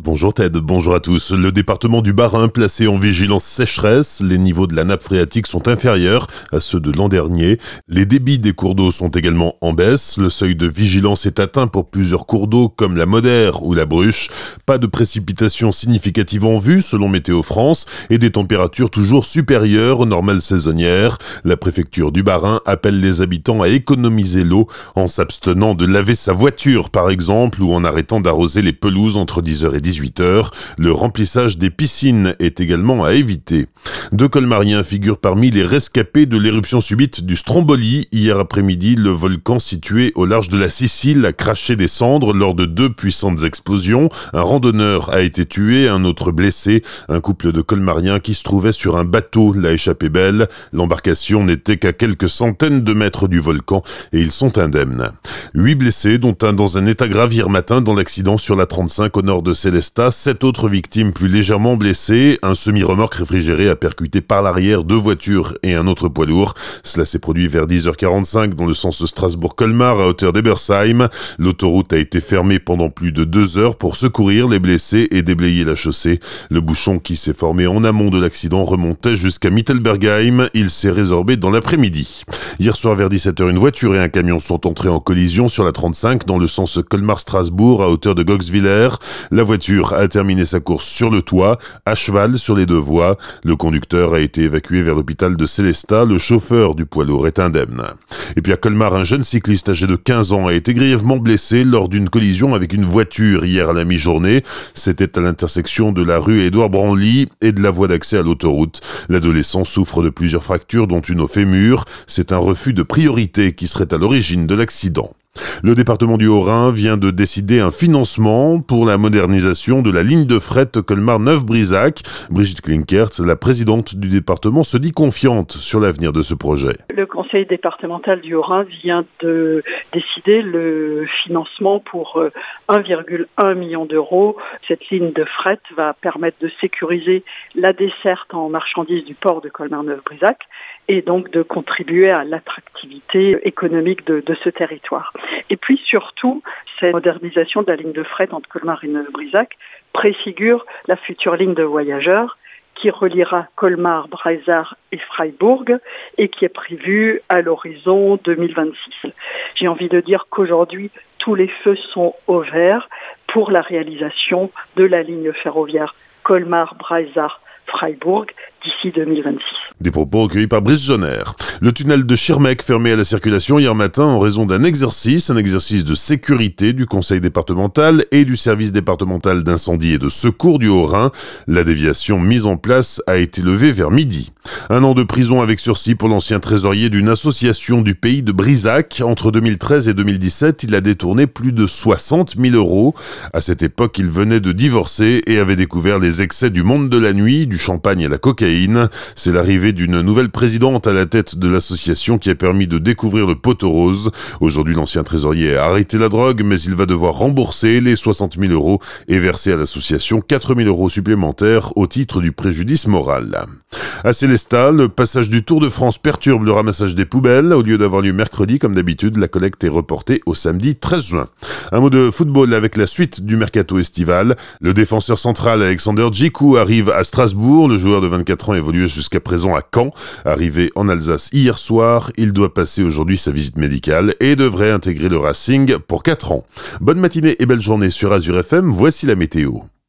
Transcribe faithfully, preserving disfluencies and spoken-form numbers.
Bonjour Ted, bonjour à tous. Le département du Bas-Rhin placé en vigilance sécheresse, les niveaux de la nappe phréatique sont inférieurs à ceux de l'an dernier. Les débits des cours d'eau sont également en baisse. Le seuil de vigilance est atteint pour plusieurs cours d'eau comme la Modère ou la Bruche. Pas de précipitations significatives en vue selon Météo France et des températures toujours supérieures aux normales saisonnières. La préfecture du Bas-Rhin appelle les habitants à économiser l'eau en s'abstenant de laver sa voiture par exemple ou en arrêtant d'arroser les pelouses entre dix heures et dix-huit heures. Le remplissage des piscines est également à éviter. Deux colmariens figurent parmi les rescapés de l'éruption subite du Stromboli. Hier après-midi, le volcan situé au large de la Sicile a craché des cendres lors de deux puissantes explosions. Un randonneur a été tué, un autre blessé. Un couple de colmariens qui se trouvait sur un bateau l'a échappé belle. L'embarcation n'était qu'à quelques centaines de mètres du volcan et ils sont indemnes. Huit blessés, dont un dans un état grave hier matin dans l'accident sur la trente-cinq au nord de Célestat. Sept autres victimes plus légèrement blessées. Un semi-remorque réfrigéré a percuté par l'arrière deux voitures et un autre poids lourd. Cela s'est produit vers dix heures quarante-cinq dans le sens Strasbourg-Colmar à hauteur d'Ebersheim. L'autoroute a été fermée pendant plus de deux heures pour secourir les blessés et déblayer la chaussée. Le bouchon qui s'est formé en amont de l'accident remontait jusqu'à Mittelbergheim. Il s'est résorbé dans l'après-midi. Hier soir vers dix-sept heures, une voiture et un camion sont entrés en collision sur la trente-cinq dans le sens Colmar-Strasbourg à hauteur de Goxwiller. La voiture a terminé sa course sur le toit, à cheval sur les deux voies. Le conducteur a été évacué vers l'hôpital de Sélestat. Le chauffeur du poids lourd est indemne. Et puis à Colmar, un jeune cycliste âgé de quinze ans a été grièvement blessé lors d'une collision avec une voiture hier à la mi-journée. C'était à l'intersection de la rue Édouard Branly et de la voie d'accès à l'autoroute. L'adolescent souffre de plusieurs fractures dont une au fémur. C'est un refus de priorité qui serait à l'origine de l'accident. Le département du Haut-Rhin vient de décider un financement pour la modernisation de la ligne de fret Colmar-Neuf-Brisac. Brigitte Klinkert, la présidente du département, se dit confiante sur l'avenir de ce projet. Le conseil départemental du Haut-Rhin vient de décider le financement pour un virgule un million d'euros. Cette ligne de fret va permettre de sécuriser la desserte en marchandises du port de Colmar-Neuf-Brisac et donc de contribuer à l'attractivité économique de, de ce territoire. Et puis surtout, cette modernisation de la ligne de fret entre Colmar et Neuf-Brisac préfigure la future ligne de voyageurs qui reliera Colmar, Breisach et Freiburg et qui est prévue à l'horizon deux mille vingt-six. J'ai envie de dire qu'aujourd'hui, tous les feux sont au vert pour la réalisation de la ligne ferroviaire Colmar, Breisach, Freiburg d'ici deux mille vingt-six. Des propos recueillis par Brice Jonner. Le tunnel de Schirmeck fermé à la circulation hier matin en raison d'un exercice, un exercice de sécurité du conseil départemental et du service départemental d'incendie et de secours du Haut-Rhin. La déviation mise en place a été levée vers midi. Un an de prison avec sursis pour l'ancien trésorier d'une association du pays de Brisac. Entre deux mille treize et deux mille dix-sept, il a détourné plus de soixante mille euros. À cette époque, il venait de divorcer et avait découvert les excès du monde de la nuit, du champagne et la cocaïne. C'est l'arrivée d'une nouvelle présidente à la tête de l'association qui a permis de découvrir le poteau rose. Aujourd'hui, l'ancien trésorier a arrêté la drogue, mais il va devoir rembourser les soixante mille euros et verser à l'association quatre mille euros supplémentaires au titre du préjudice moral. À Célestat, le passage du Tour de France perturbe le ramassage des poubelles. Au lieu d'avoir lieu mercredi, comme d'habitude, la collecte est reportée au samedi treize juin. Un mot de football avec la suite du mercato estival. Le défenseur central Alexander Djikou arrive à Strasbourg. Le joueur de vingt-quatre ans évoluait jusqu'à présent à Caen. Arrivé en Alsace hier soir, il doit passer aujourd'hui sa visite médicale et devrait intégrer le Racing pour quatre ans. Bonne matinée et belle journée sur Azure F M, voici la météo.